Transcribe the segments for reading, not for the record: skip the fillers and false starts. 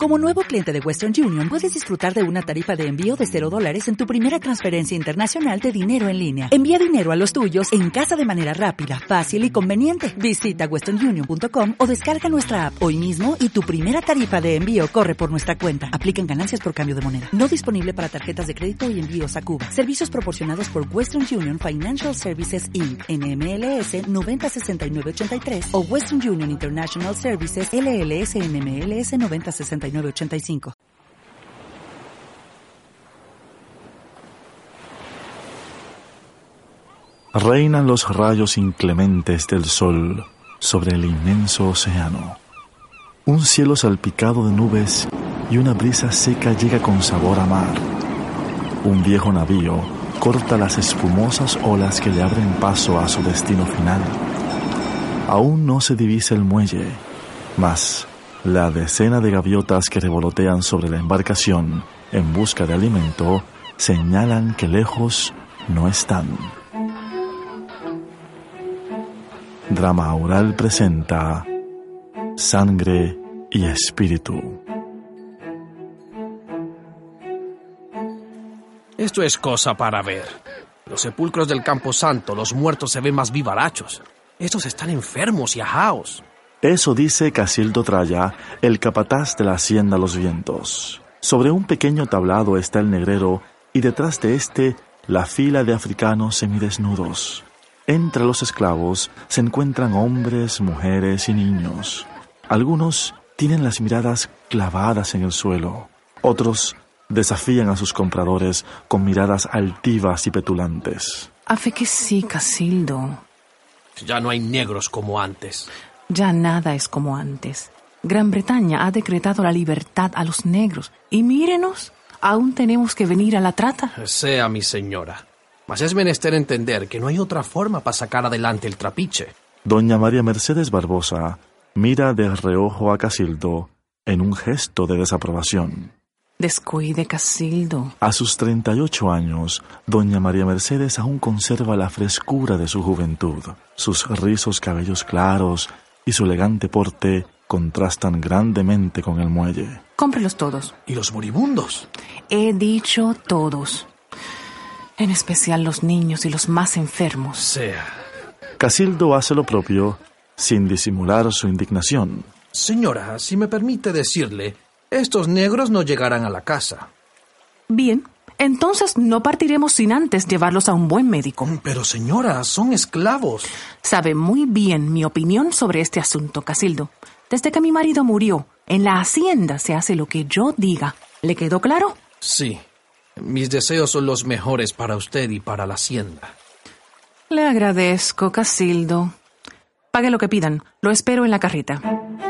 Como nuevo cliente de Western Union, puedes disfrutar de una tarifa de envío de $0 en tu primera transferencia internacional de dinero en línea. Envía dinero a los tuyos en casa de manera rápida, fácil y conveniente. Visita westernunion.com o descarga nuestra app hoy mismo y tu primera tarifa de envío corre por nuestra cuenta. Aplican ganancias por cambio de moneda. No disponible para tarjetas de crédito y envíos a Cuba. Servicios proporcionados por Western Union Financial Services Inc. NMLS 906983 o Western Union International Services LLS NMLS 906985. Reinan los rayos inclementes del sol sobre el inmenso océano. Un cielo salpicado de nubes y una brisa seca llega con sabor a mar. Un viejo navío corta las espumosas olas que le abren paso a su destino final. Aún no se divisa el muelle, mas la decena de gaviotas que revolotean sobre la embarcación en busca de alimento señalan que lejos no están. Drama Oral presenta Sangre y Espíritu. Esto es cosa para ver. Los sepulcros del Camposanto, los muertos se ven más vivarachos. Estos están enfermos y ajaos. Eso dice Casildo Tralla, el capataz de la hacienda Los Vientos. Sobre un pequeño tablado está el negrero y detrás de este la fila de africanos semidesnudos. Entre los esclavos se encuentran hombres, mujeres y niños. Algunos tienen las miradas clavadas en el suelo. Otros desafían a sus compradores con miradas altivas y petulantes. A fe que sí, Casildo. Ya no hay negros como antes. Ya nada es como antes. Gran Bretaña ha decretado la libertad a los negros. Y mírenos, aún tenemos que venir a la trata. Sea mi señora. Mas es menester entender que no hay otra forma para sacar adelante el trapiche. Doña María Mercedes Barbosa mira de reojo a Casildo en un gesto de desaprobación. Descuide, Casildo. A sus 38 años, doña María Mercedes aún conserva la frescura de su juventud. Sus rizos cabellos claros y su elegante porte contrastan grandemente con el muelle. Cómprelos todos. ¿Y los moribundos? He dicho todos. En especial los niños y los más enfermos. Sea. Casildo hace lo propio, sin disimular su indignación. Señora, si me permite decirle, estos negros no llegarán a la casa. Bien, entonces no partiremos sin antes llevarlos a un buen médico. Pero señora, son esclavos. Sabe muy bien mi opinión sobre este asunto, Casildo. Desde que mi marido murió, en la hacienda se hace lo que yo diga. ¿Le quedó claro? Sí. Mis deseos son los mejores para usted y para la hacienda. Le agradezco, Casildo. Pague lo que pidan. Lo espero en la carreta.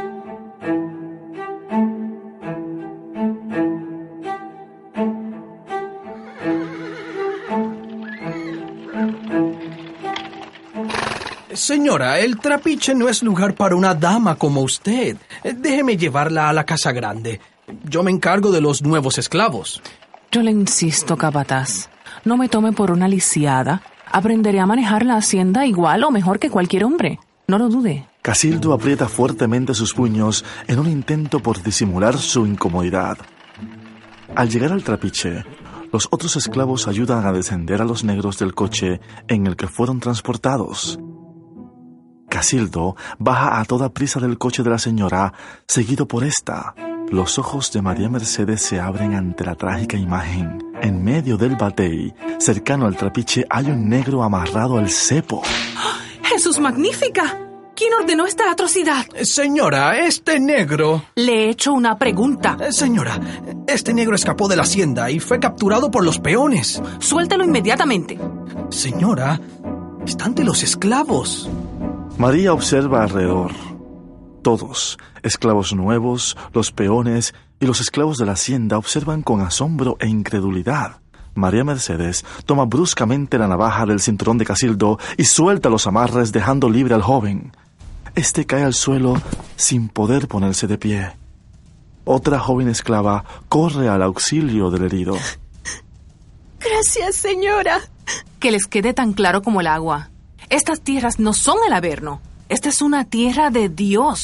Señora, el trapiche no es lugar para una dama como usted. Déjeme llevarla a la casa grande. Yo me encargo de los nuevos esclavos. Yo le insisto, capataz. No me tome por una lisiada. Aprenderé a manejar la hacienda igual o mejor que cualquier hombre. No lo dude. Casildo aprieta fuertemente sus puños en un intento por disimular su incomodidad. Al llegar al trapiche, los otros esclavos ayudan a descender a los negros del coche en el que fueron transportados. Casildo baja a toda prisa del coche de la señora, seguido por esta. Los ojos de María Mercedes se abren ante la trágica imagen. En medio del batey, cercano al trapiche, hay un negro amarrado al cepo. ¡Jesús magnífica! ¿Quién ordenó esta atrocidad? Señora, este negro... Le he hecho una pregunta. Señora, este negro escapó de la hacienda y fue capturado por los peones. Suéltelo inmediatamente. Señora, está ante los esclavos. María observa alrededor. Todos, esclavos nuevos, los peones y los esclavos de la hacienda observan con asombro e incredulidad. María Mercedes toma bruscamente la navaja del cinturón de Casildo y suelta los amarres dejando libre al joven. Este cae al suelo sin poder ponerse de pie. Otra joven esclava corre al auxilio del herido. Gracias, señora. Que les quede tan claro como el agua. Estas tierras no son el Averno. Esta es una tierra de Dios.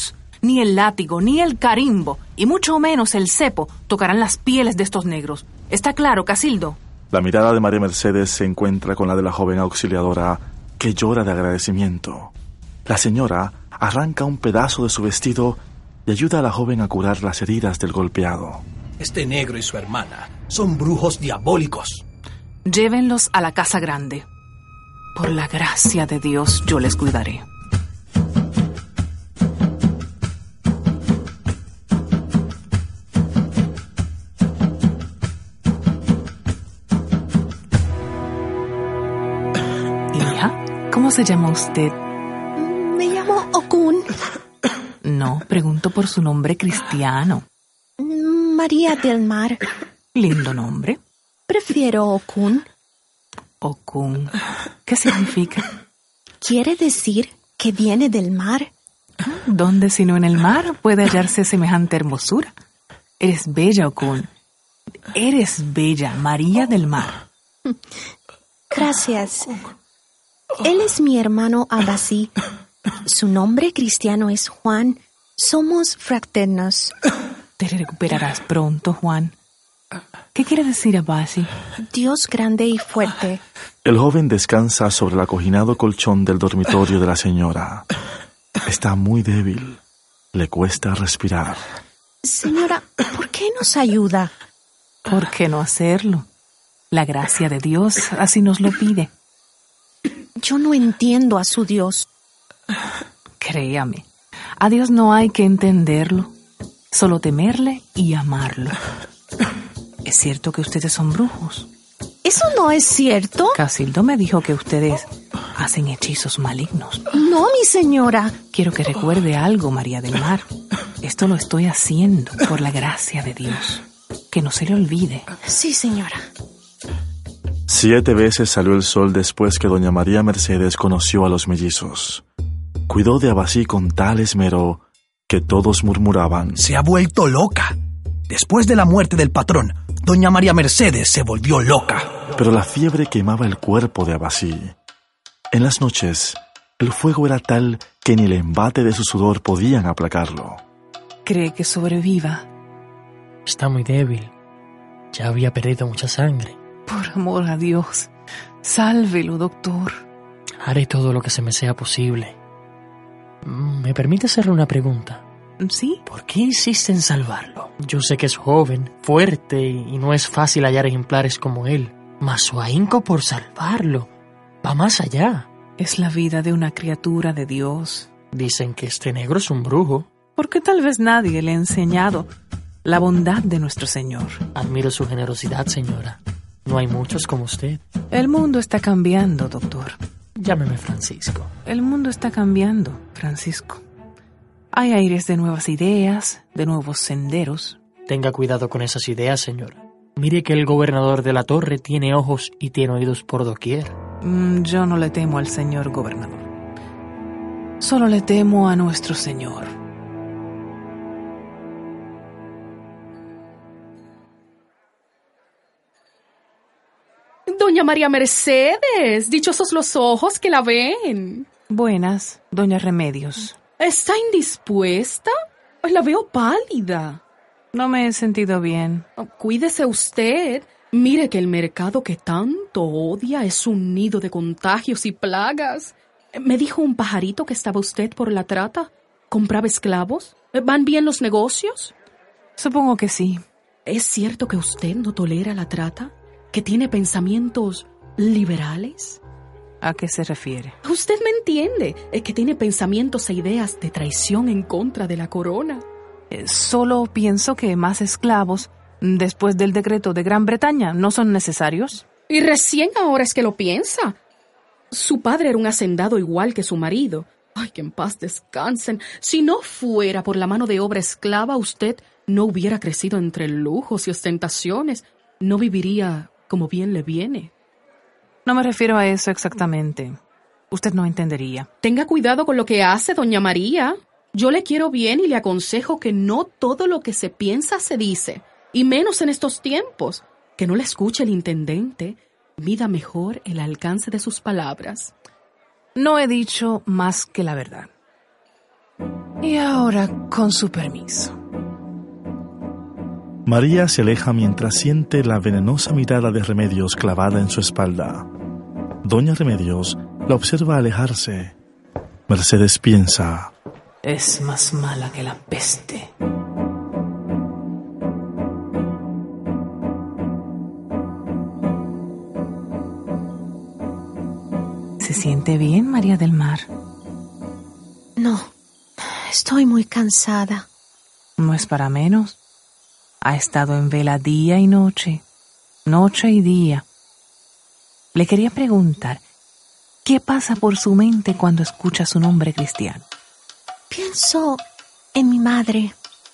Ni el látigo, ni el carimbo, y mucho menos el cepo, tocarán las pieles de estos negros. ¿Está claro, Casildo? La mirada de María Mercedes se encuentra con la de la joven auxiliadora, que llora de agradecimiento. La señora arranca un pedazo de su vestido y ayuda a la joven a curar las heridas del golpeado. Este negro y su hermana son brujos diabólicos. Llévenlos a la casa grande. Por la gracia de Dios, yo les cuidaré. Hija, ¿cómo se llama usted? Me llamo Okun. No, pregunto por su nombre cristiano. María del Mar. Lindo nombre. Prefiero Okun. Okun. ¿Qué significa? ¿Quiere decir que viene del mar? ¿Dónde sino en el mar puede hallarse semejante hermosura? Eres bella, Okun. Eres bella, María del Mar. Gracias. Él es mi hermano Abasí. Su nombre cristiano es Juan. Somos fraternos. Te recuperarás pronto, Juan. ¿Qué quiere decir Abasi? Dios grande y fuerte. El joven descansa sobre el acoginado colchón del dormitorio de la señora. Está muy débil. Le cuesta respirar. Señora, ¿por qué nos ayuda? ¿Por qué no hacerlo? La gracia de Dios así nos lo pide. Yo no entiendo a su Dios. Créame, a Dios no hay que entenderlo, solo temerle y amarlo. ¿Es cierto que ustedes son brujos? ¿Eso no es cierto? Casildo me dijo que ustedes hacen hechizos malignos. No, mi señora. Quiero que recuerde algo, María del Mar. Esto lo estoy haciendo por la gracia de Dios. Que no se le olvide. Sí, señora. 7 veces salió el sol después que doña María Mercedes conoció a los mellizos. Cuidó de Abasí con tal esmero que todos murmuraban: Se ha vuelto loca. Después de la muerte del patrón, doña María Mercedes se volvió loca. Pero la fiebre quemaba el cuerpo de Abasí. En las noches, el fuego era tal que ni el embate de su sudor podían aplacarlo. ¿Cree que sobreviva? Está muy débil. Ya había perdido mucha sangre. Por amor a Dios, sálvelo, doctor. Haré todo lo que se me sea posible. ¿Me permite hacerle una pregunta? ¿Sí? ¿Por qué insiste en salvarlo? Yo sé que es joven, fuerte y no es fácil hallar ejemplares como él. Mas su ahínco por salvarlo va más allá. Es la vida de una criatura de Dios. Dicen que este negro es un brujo. Porque tal vez nadie le ha enseñado la bondad de nuestro Señor. Admiro su generosidad, señora. No hay muchos como usted. El mundo está cambiando, doctor. Llámeme Francisco. El mundo está cambiando, Francisco. Hay aires de nuevas ideas, de nuevos senderos. Tenga cuidado con esas ideas, señora. Mire que el gobernador de la torre tiene ojos y tiene oídos por doquier. Yo no le temo al señor gobernador. Solo le temo a nuestro Señor. Doña María Mercedes, dichosos los ojos que la ven. Buenas, doña Remedios. ¿Está indispuesta? La veo pálida. No me he sentido bien. Cuídese usted. Mire que el mercado que tanto odia es un nido de contagios y plagas. Me dijo un pajarito que estaba usted por la trata. ¿Compraba esclavos? ¿Van bien los negocios? Supongo que sí. ¿Es cierto que usted no tolera la trata? ¿Que tiene pensamientos liberales? ¿A qué se refiere? Usted me entiende, que tiene pensamientos e ideas de traición en contra de la corona. Solo pienso que más esclavos, después del decreto de Gran Bretaña, no son necesarios. Y recién ahora es que lo piensa. Su padre era un hacendado igual que su marido. Ay, que en paz descansen. Si no fuera por la mano de obra esclava, usted no hubiera crecido entre lujos y ostentaciones. No viviría como bien le viene. No me refiero a eso exactamente. Usted no entendería. Tenga cuidado con lo que hace, doña María. Yo le quiero bien y le aconsejo que no todo lo que se piensa se dice, y menos en estos tiempos. Que no le escuche el intendente. Mida mejor el alcance de sus palabras. No he dicho más que la verdad. Y ahora, con su permiso. María se aleja mientras siente la venenosa mirada de Remedios clavada en su espalda. Doña Remedios la observa alejarse. Mercedes piensa: Es más mala que la peste. ¿Se siente bien, María del Mar? No, estoy muy cansada. No es para menos. Ha estado en vela día y noche y día. Le quería preguntar, ¿qué pasa por su mente cuando escucha su nombre cristiano? Pienso en mi madre.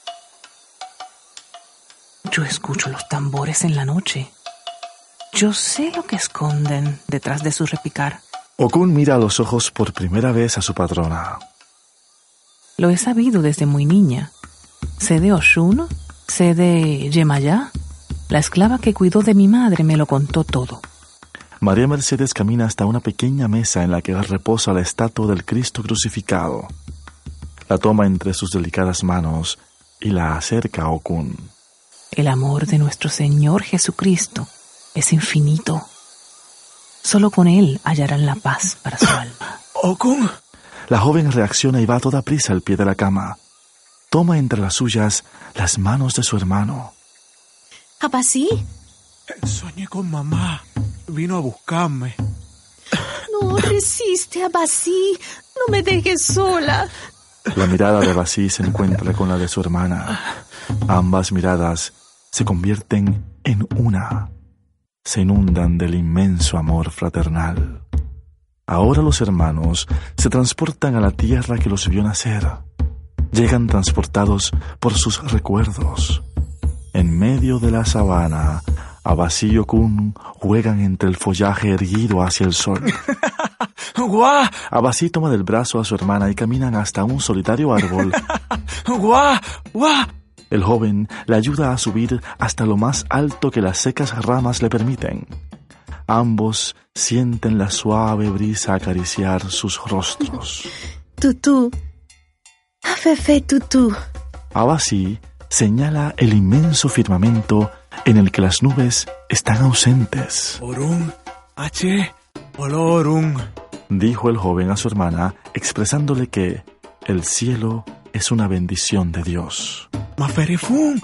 Yo escucho los tambores en la noche. Yo sé lo que esconden detrás de su repicar. Okun mira a los ojos por primera vez a su patrona. Lo he sabido desde muy niña. Sé de Oshun, sé de Yemayá. La esclava que cuidó de mi madre me lo contó todo. María Mercedes camina hasta una pequeña mesa en la que reposa la estatua del Cristo crucificado. La toma entre sus delicadas manos y la acerca a Okun. El amor de nuestro Señor Jesucristo es infinito. Solo con Él hallarán la paz para su alma. Okun. La joven reacciona y va a toda prisa al pie de la cama. Toma entre las suyas las manos de su hermano. ¿Abasí? Soñé con mamá. Vino a buscarme. No resiste, Abasí. No me dejes sola. La mirada de Abasí se encuentra con la de su hermana. Ambas miradas se convierten en una. Se inundan del inmenso amor fraternal. Ahora los hermanos se transportan a la tierra que los vio nacer. Llegan transportados por sus recuerdos. En medio de la sabana, Abasí y Okun juegan entre el follaje erguido hacia el sol. ¡Guau! Abasí toma del brazo a su hermana y caminan hasta un solitario árbol. ¡Guau! ¡Guau! El joven la ayuda a subir hasta lo más alto que las secas ramas le permiten. Ambos sienten la suave brisa acariciar sus rostros. Tutú. Afefe tutú. Abasí señala el inmenso firmamento en el que las nubes están ausentes. Orun, Olorun, dijo el joven a su hermana, expresándole que el cielo es una bendición de Dios. Maferefun.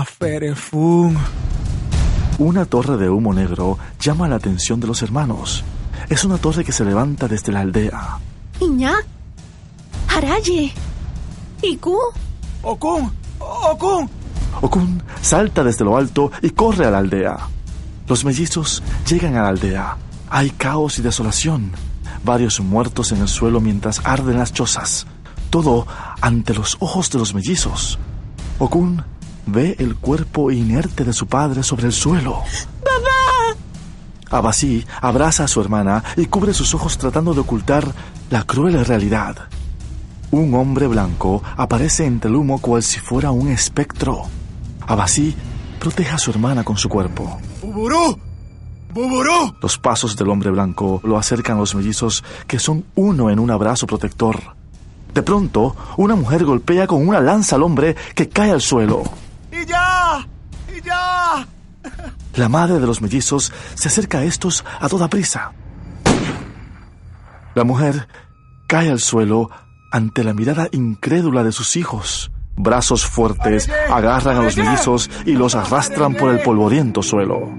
Una torre de humo negro llama la atención de los hermanos. Es una torre que se levanta desde la aldea. Iñá. Haraye. Iku. Okun. Okun salta desde lo alto y corre a la aldea. Los mellizos llegan a la aldea. Hay caos y desolación. Varios muertos en el suelo mientras arden las chozas. Todo ante los ojos de los mellizos. Okun ve el cuerpo inerte de su padre sobre el suelo. ¡Papá! Abasí abraza a su hermana y cubre sus ojos tratando de ocultar la cruel realidad. Un hombre blanco aparece entre el humo cual si fuera un espectro. Abasí protege a su hermana con su cuerpo. ¡Buburú! Los pasos del hombre blanco lo acercan a los mellizos, que son uno en un abrazo protector. De pronto, una mujer golpea con una lanza al hombre que cae al suelo. ¡Y ya! La madre de los mellizos se acerca a estos a toda prisa. La mujer cae al suelo ante la mirada incrédula de sus hijos. Brazos fuertes agarran a los mellizos y los arrastran por el polvoriento suelo.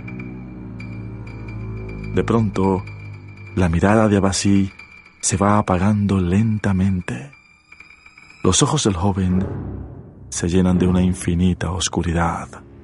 De pronto, la mirada de Abasí se va apagando lentamente. Los ojos del joven se llenan de una infinita oscuridad.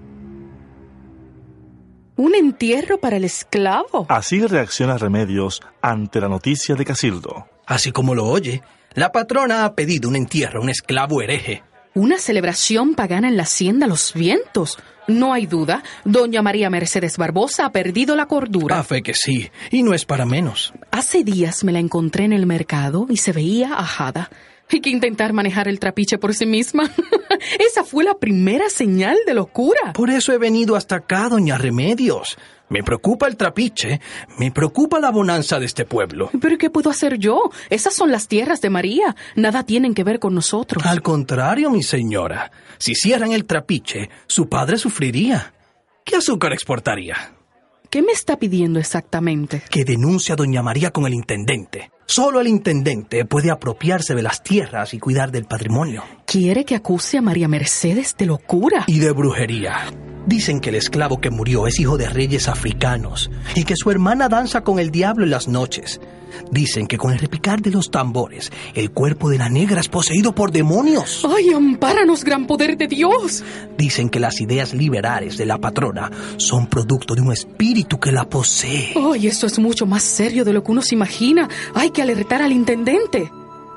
¿Un entierro para el esclavo? Así reacciona Remedios ante la noticia de Casildo. Así como lo oye, la patrona ha pedido un entierro a un esclavo hereje. ¿Una celebración pagana en la hacienda Los Vientos? No hay duda, doña María Mercedes Barbosa ha perdido la cordura. A fe que sí, y no es para menos. Hace días me la encontré en el mercado y se veía ajada. Hay que intentar manejar el trapiche por sí misma. Esa fue la primera señal de locura. Por eso he venido hasta acá, doña Remedios. Me preocupa el trapiche, me preocupa la bonanza de este pueblo. ¿Pero qué puedo hacer yo? Esas son las tierras de María. Nada tienen que ver con nosotros. Al contrario, mi señora. Si cierran el trapiche, su padre sufriría. ¿Qué azúcar exportaría? ¿Qué me está pidiendo exactamente? Que denuncie a doña María con el intendente. Solo el intendente puede apropiarse de las tierras y cuidar del patrimonio. ¿Quiere que acuse a María Mercedes de locura? Y de brujería. Dicen que el esclavo que murió es hijo de reyes africanos y que su hermana danza con el diablo en las noches. Dicen que con el repicar de los tambores, el cuerpo de la negra es poseído por demonios. ¡Ay, ampáranos, gran poder de Dios! Dicen que las ideas liberales de la patrona son producto de un espíritu que la posee. ¡Ay, eso es mucho más serio de lo que uno se imagina! Hay que alertar al intendente.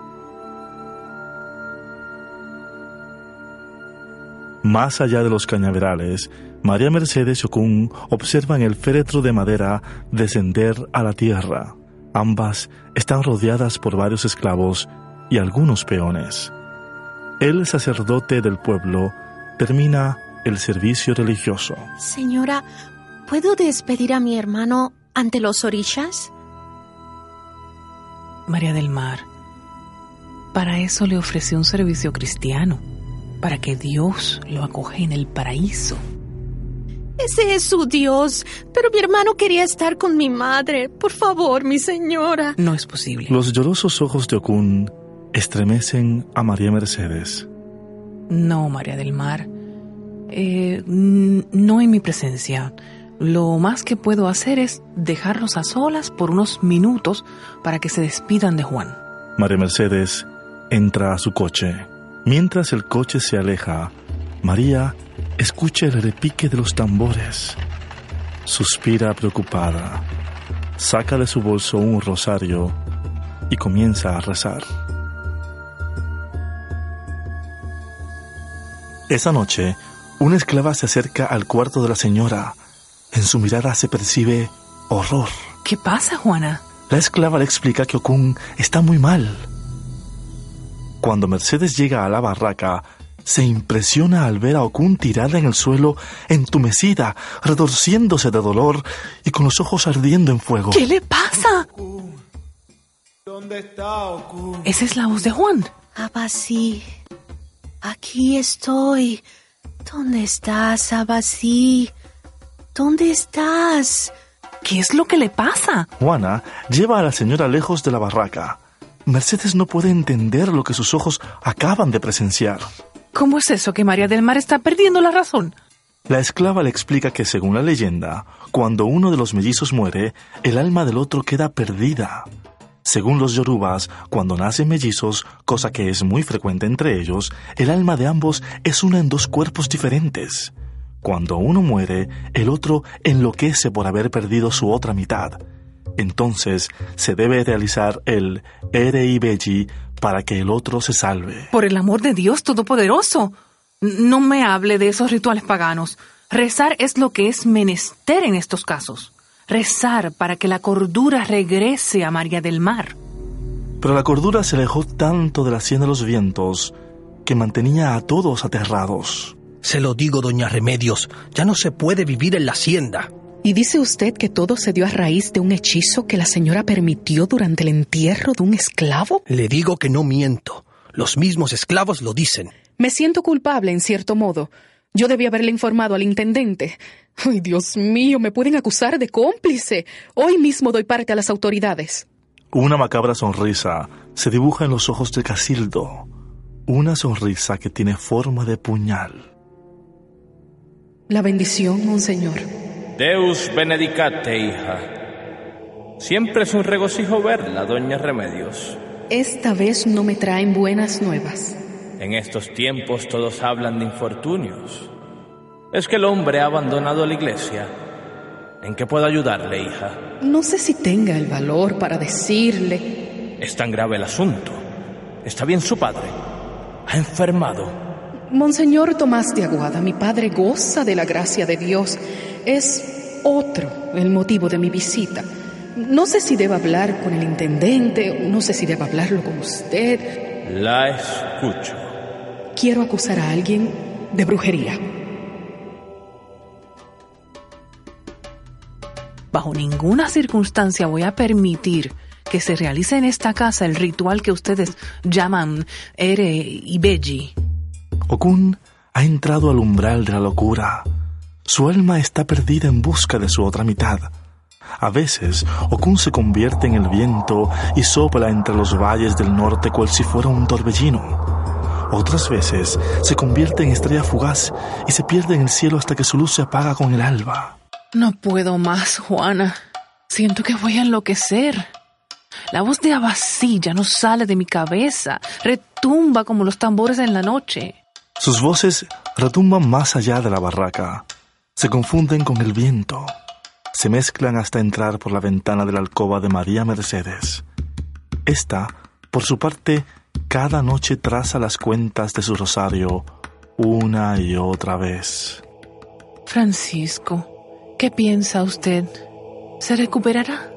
Más allá de los cañaverales, María Mercedes y Okun observan el féretro de madera descender a la tierra. Ambas están rodeadas por varios esclavos y algunos peones. El sacerdote del pueblo termina el servicio religioso. Señora, ¿puedo despedir a mi hermano ante los orishas? María del Mar, para eso le ofrecí un servicio cristiano, para que Dios lo acoge en el paraíso. Ese es su Dios, pero mi hermano quería estar con mi madre. Por favor, mi señora. No es posible. Los llorosos ojos de Okun estremecen a María Mercedes. No, María del Mar. No en mi presencia. Lo más que puedo hacer es dejarlos a solas por unos minutos para que se despidan de Juan. María Mercedes entra a su coche. Mientras el coche se aleja, María escucha el repique de los tambores. Suspira preocupada. Saca de su bolso un rosario y comienza a rezar. Esa noche, una esclava se acerca al cuarto de la señora. En su mirada se percibe horror. ¿Qué pasa, Juana? La esclava le explica que Okun está muy mal. Cuando Mercedes llega a la barraca, se impresiona al ver a Okun tirada en el suelo, entumecida, retorciéndose de dolor y con los ojos ardiendo en fuego. ¿Qué le pasa? ¿Dónde está Okun? Esa es la voz de Juan. Abasí, aquí estoy. ¿Dónde estás, Abasí? ¿Dónde estás? ¿Qué es lo que le pasa? Juana lleva a la señora lejos de la barraca. Mercedes no puede entender lo que sus ojos acaban de presenciar. ¿Cómo es eso que María del Mar está perdiendo la razón? La esclava le explica que, según la leyenda, cuando uno de los mellizos muere, el alma del otro queda perdida. Según los yorubas, cuando nacen mellizos, cosa que es muy frecuente entre ellos, el alma de ambos es una en dos cuerpos diferentes. Cuando uno muere, el otro enloquece por haber perdido su otra mitad. Entonces, se debe realizar el Ereibeji para que el otro se salve. Por el amor de Dios Todopoderoso, no me hable de esos rituales paganos. Rezar es lo que es menester en estos casos. Rezar para que la cordura regrese a María del Mar. Pero la cordura se alejó tanto de la sien de los vientos que mantenía a todos aterrados. Se lo digo, doña Remedios, ya no se puede vivir en la hacienda. ¿Y dice usted que todo se dio a raíz de un hechizo que la señora permitió durante el entierro de un esclavo? Le digo que no miento. Los mismos esclavos lo dicen. Me siento culpable, en cierto modo. Yo debí haberle informado al intendente. ¡Ay, Dios mío! Me pueden acusar de cómplice. Hoy mismo doy parte a las autoridades. Una macabra sonrisa se dibuja en los ojos de Casildo. Una sonrisa que tiene forma de puñal. La bendición, monseñor. Deus benedicate, hija. Siempre es un regocijo verla, doña Remedios. Esta vez no me traen buenas nuevas. En estos tiempos todos hablan de infortunios. Es que el hombre ha abandonado la iglesia. ¿En qué puedo ayudarle, hija? No sé si tenga el valor para decirle. Es tan grave el asunto. ¿Está bien su padre? ¿Ha enfermado? Monseñor Tomás de Aguada, mi padre goza de la gracia de Dios. Es otro el motivo de mi visita. No sé si debo hablar con el intendente, no sé si debo hablarlo con usted. La escucho. Quiero acusar a alguien de brujería. Bajo ninguna circunstancia voy a permitir que se realice en esta casa el ritual que ustedes llaman Ere y Beji. Okun ha entrado al umbral de la locura. Su alma está perdida en busca de su otra mitad. A veces, Okun se convierte en el viento y sopla entre los valles del norte cual si fuera un torbellino. Otras veces, se convierte en estrella fugaz y se pierde en el cielo hasta que su luz se apaga con el alba. No puedo más, Juana. Siento que voy a enloquecer. La voz de Abasí ya no sale de mi cabeza. Retumba como los tambores en la noche. Sus voces retumban más allá de la barraca. Se confunden con el viento. Se mezclan hasta entrar por la ventana de la alcoba de María Mercedes. Esta, por su parte, cada noche traza las cuentas de su rosario una y otra vez. Francisco, ¿qué piensa usted? ¿Se recuperará?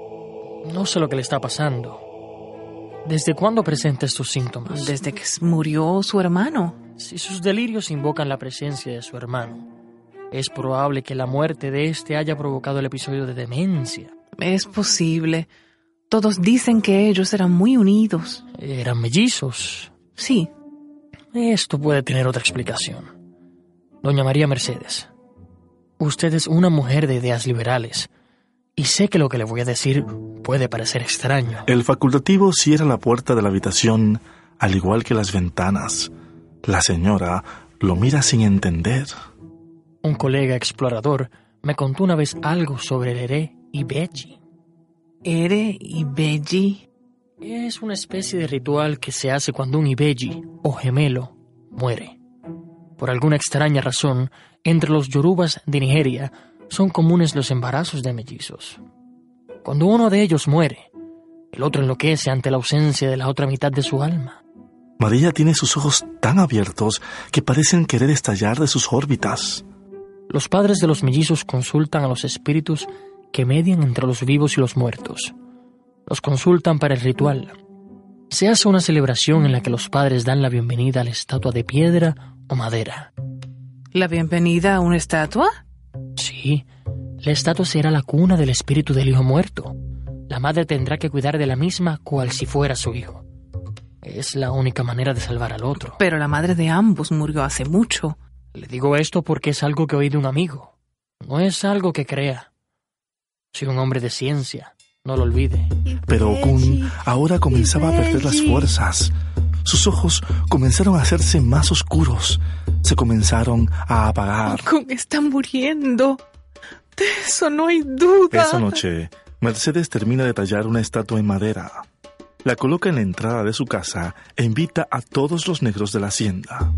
No sé lo que le está pasando. ¿Desde cuándo presenta estos síntomas? Desde que murió su hermano. Si sus delirios invocan la presencia de su hermano, es probable que la muerte de éste haya provocado el episodio de demencia. Es posible. Todos dicen que ellos eran muy unidos. ¿Eran mellizos? Sí. Esto puede tener otra explicación. Doña María Mercedes, usted es una mujer de ideas liberales, y sé que lo que le voy a decir puede parecer extraño. El facultativo cierra la puerta de la habitación, al igual que las ventanas. La señora lo mira sin entender. Un colega explorador me contó una vez algo sobre el Ere y Beji. ¿Ere y Beji? Es una especie de ritual que se hace cuando un Ibeji, o gemelo, muere. Por alguna extraña razón, entre los yorubas de Nigeria son comunes los embarazos de mellizos. Cuando uno de ellos muere, el otro enloquece ante la ausencia de la otra mitad de su alma. María tiene sus ojos tan abiertos que parecen querer estallar de sus órbitas. Los padres de los mellizos consultan a los espíritus que median entre los vivos y los muertos. Los consultan para el ritual. Se hace una celebración en la que los padres dan la bienvenida a la estatua de piedra o madera. ¿La bienvenida a una estatua? Sí, la estatua será la cuna del espíritu del hijo muerto. La madre tendrá que cuidar de la misma cual si fuera su hijo. Es la única manera de salvar al otro. Pero la madre de ambos murió hace mucho. Le digo esto porque es algo que oí de un amigo. No es algo que crea. Soy un hombre de ciencia, no lo olvide. Pero Okun ahora comenzaba a perder las fuerzas. Sus ojos comenzaron a hacerse más oscuros. Se comenzaron a apagar. Okun está muriendo. De eso no hay duda. Esa noche, Mercedes termina de tallar una estatua en madera. La coloca en la entrada de su casa e invita a todos los negros de la hacienda.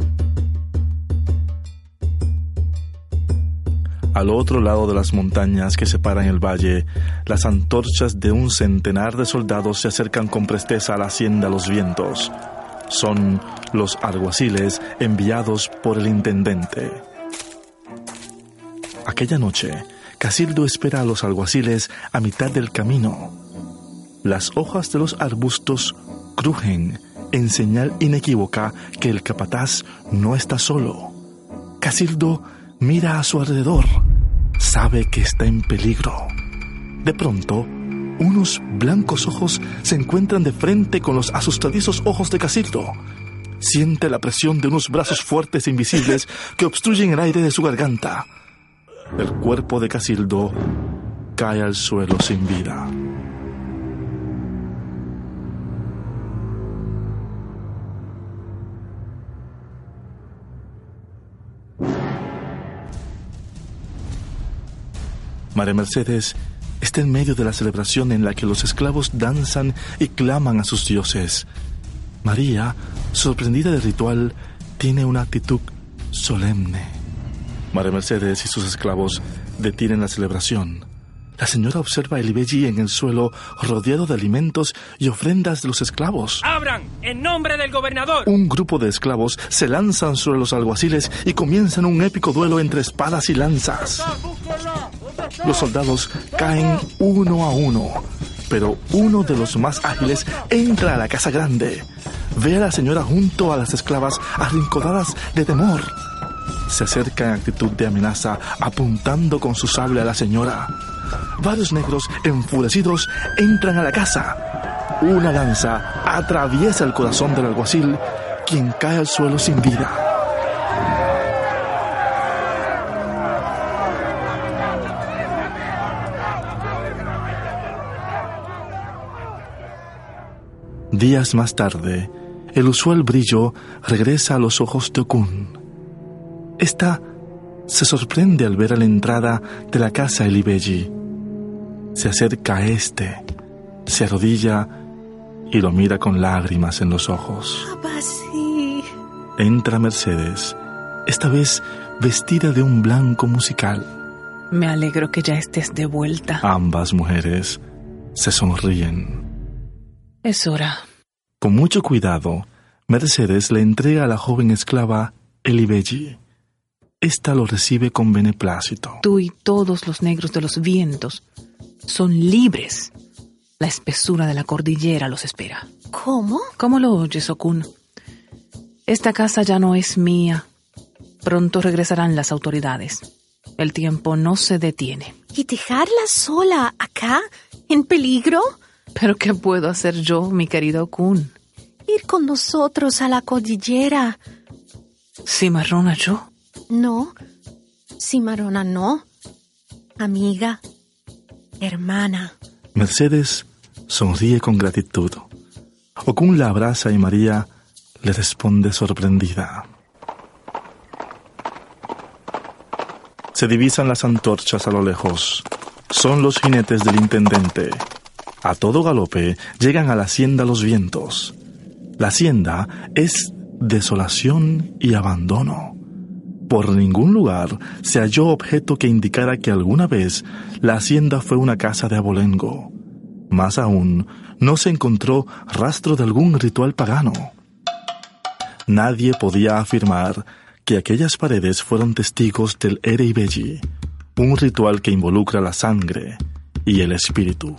Al otro lado de las montañas que separan el valle, las antorchas de un centenar de soldados se acercan con presteza a la hacienda Los Vientos. Son los alguaciles enviados por el intendente. Aquella noche, Casildo espera a los alguaciles a mitad del camino. Las hojas de los arbustos crujen en señal inequívoca que el capataz no está solo. Casildo mira a su alrededor. Sabe que está en peligro. De pronto, unos blancos ojos se encuentran de frente con los asustadizos ojos de Casildo. Siente la presión de unos brazos fuertes e invisibles que obstruyen el aire de su garganta. El cuerpo de Casildo cae al suelo sin vida. María Mercedes está en medio de la celebración en la que los esclavos danzan y claman a sus dioses. María, sorprendida del ritual, tiene una actitud solemne. María Mercedes y sus esclavos detienen la celebración. La señora observa el Ibeji en el suelo, rodeado de alimentos y ofrendas de los esclavos. ¡Abran! ¡En nombre del gobernador! Un grupo de esclavos se lanzan sobre los alguaciles y comienzan un épico duelo entre espadas y lanzas. Los soldados caen uno a uno, pero uno de los más ágiles entra a la casa grande. ve a la señora junto a las esclavas arrinconadas de temor. Se acerca en actitud de amenaza, apuntando con su sable a la señora. Varios negros, enfurecidos, entran a la casa. Una lanza atraviesa el corazón del alguacil, quien cae al suelo sin vida. Días más tarde, el usual brillo regresa a los ojos de Okun. Esta se sorprende al ver a la entrada de la casa el Ibeji. Se acerca a se arrodilla y lo mira con lágrimas en los ojos. Abasi. Entra Mercedes, esta vez vestida de un blanco musical. Me alegro que ya estés de vuelta. Ambas mujeres se sonríen. Es hora. Con mucho cuidado, Mercedes le entrega a la joven esclava el Ibeji. Esta lo recibe con beneplácito. Tú y todos los negros de los vientos son libres. La espesura de la cordillera los espera. ¿Cómo? ¿Cómo lo oyes, Okun? Esta casa ya no es mía. Pronto regresarán las autoridades. El tiempo no se detiene. ¿Y dejarla sola acá, en peligro? ¿Pero qué puedo hacer yo, mi querido Okun? Ir con nosotros a la cordillera. ¿Cimarrona yo? No, Cimarrona no. Amiga, hermana. Mercedes sonríe con gratitud. Okun la abraza y María le responde sorprendida. Se divisan las antorchas a lo lejos. Son los jinetes del intendente. A todo galope llegan a la hacienda Los Vientos. La hacienda es desolación y abandono. Por ningún lugar se halló objeto que indicara que alguna vez la hacienda fue una casa de abolengo. Más aún, no se encontró rastro de algún ritual pagano. Nadie podía afirmar que aquellas paredes fueron testigos del Ere Ibeji, un ritual que involucra la sangre y el espíritu.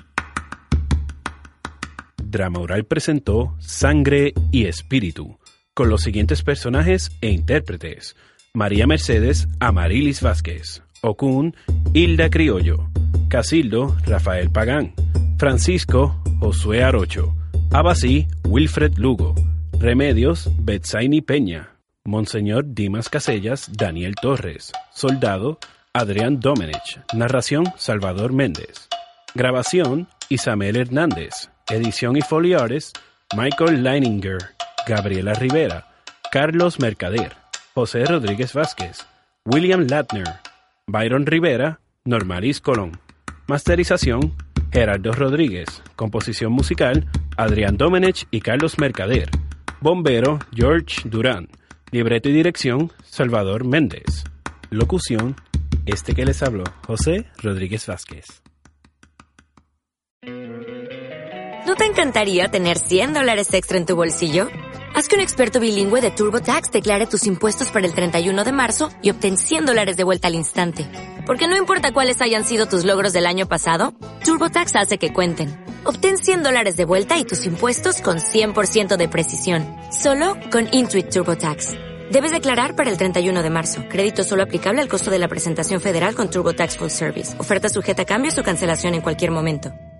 Drama Oral presentó Sangre y Espíritu, con los siguientes personajes e intérpretes: María Mercedes Amarilis Vázquez, Okun Hilda Criollo, Casildo Rafael Pagán, Francisco Josué Arocho, Abasí Wilfred Lugo, Remedios Betsaini Peña, Monseñor Dimas Casellas Daniel Torres, Soldado Adrián Domenech, narración Salvador Méndez, grabación Isamel Hernández, edición y foliares Michael Leininger, Gabriela Rivera, Carlos Mercader, José Rodríguez Vázquez, William Latner, Byron Rivera, Normalis Colón. Masterización Gerardo Rodríguez. Composición musical Adrián Domenech y Carlos Mercader. Bombero George Durán. Libreto y dirección Salvador Méndez. Locución que les habló, José Rodríguez Vázquez. ¿No te encantaría tener $100 extra en tu bolsillo? Haz que un experto bilingüe de TurboTax declare tus impuestos para el 31 de marzo y obtén $100 de vuelta al instante. Porque no importa cuáles hayan sido tus logros del año pasado, TurboTax hace que cuenten. Obtén $100 de vuelta y tus impuestos con 100% de precisión. Solo con Intuit TurboTax. Debes declarar para el 31 de marzo. Crédito solo aplicable al costo de la presentación federal con TurboTax Full Service. Oferta sujeta a cambios o cancelación en cualquier momento.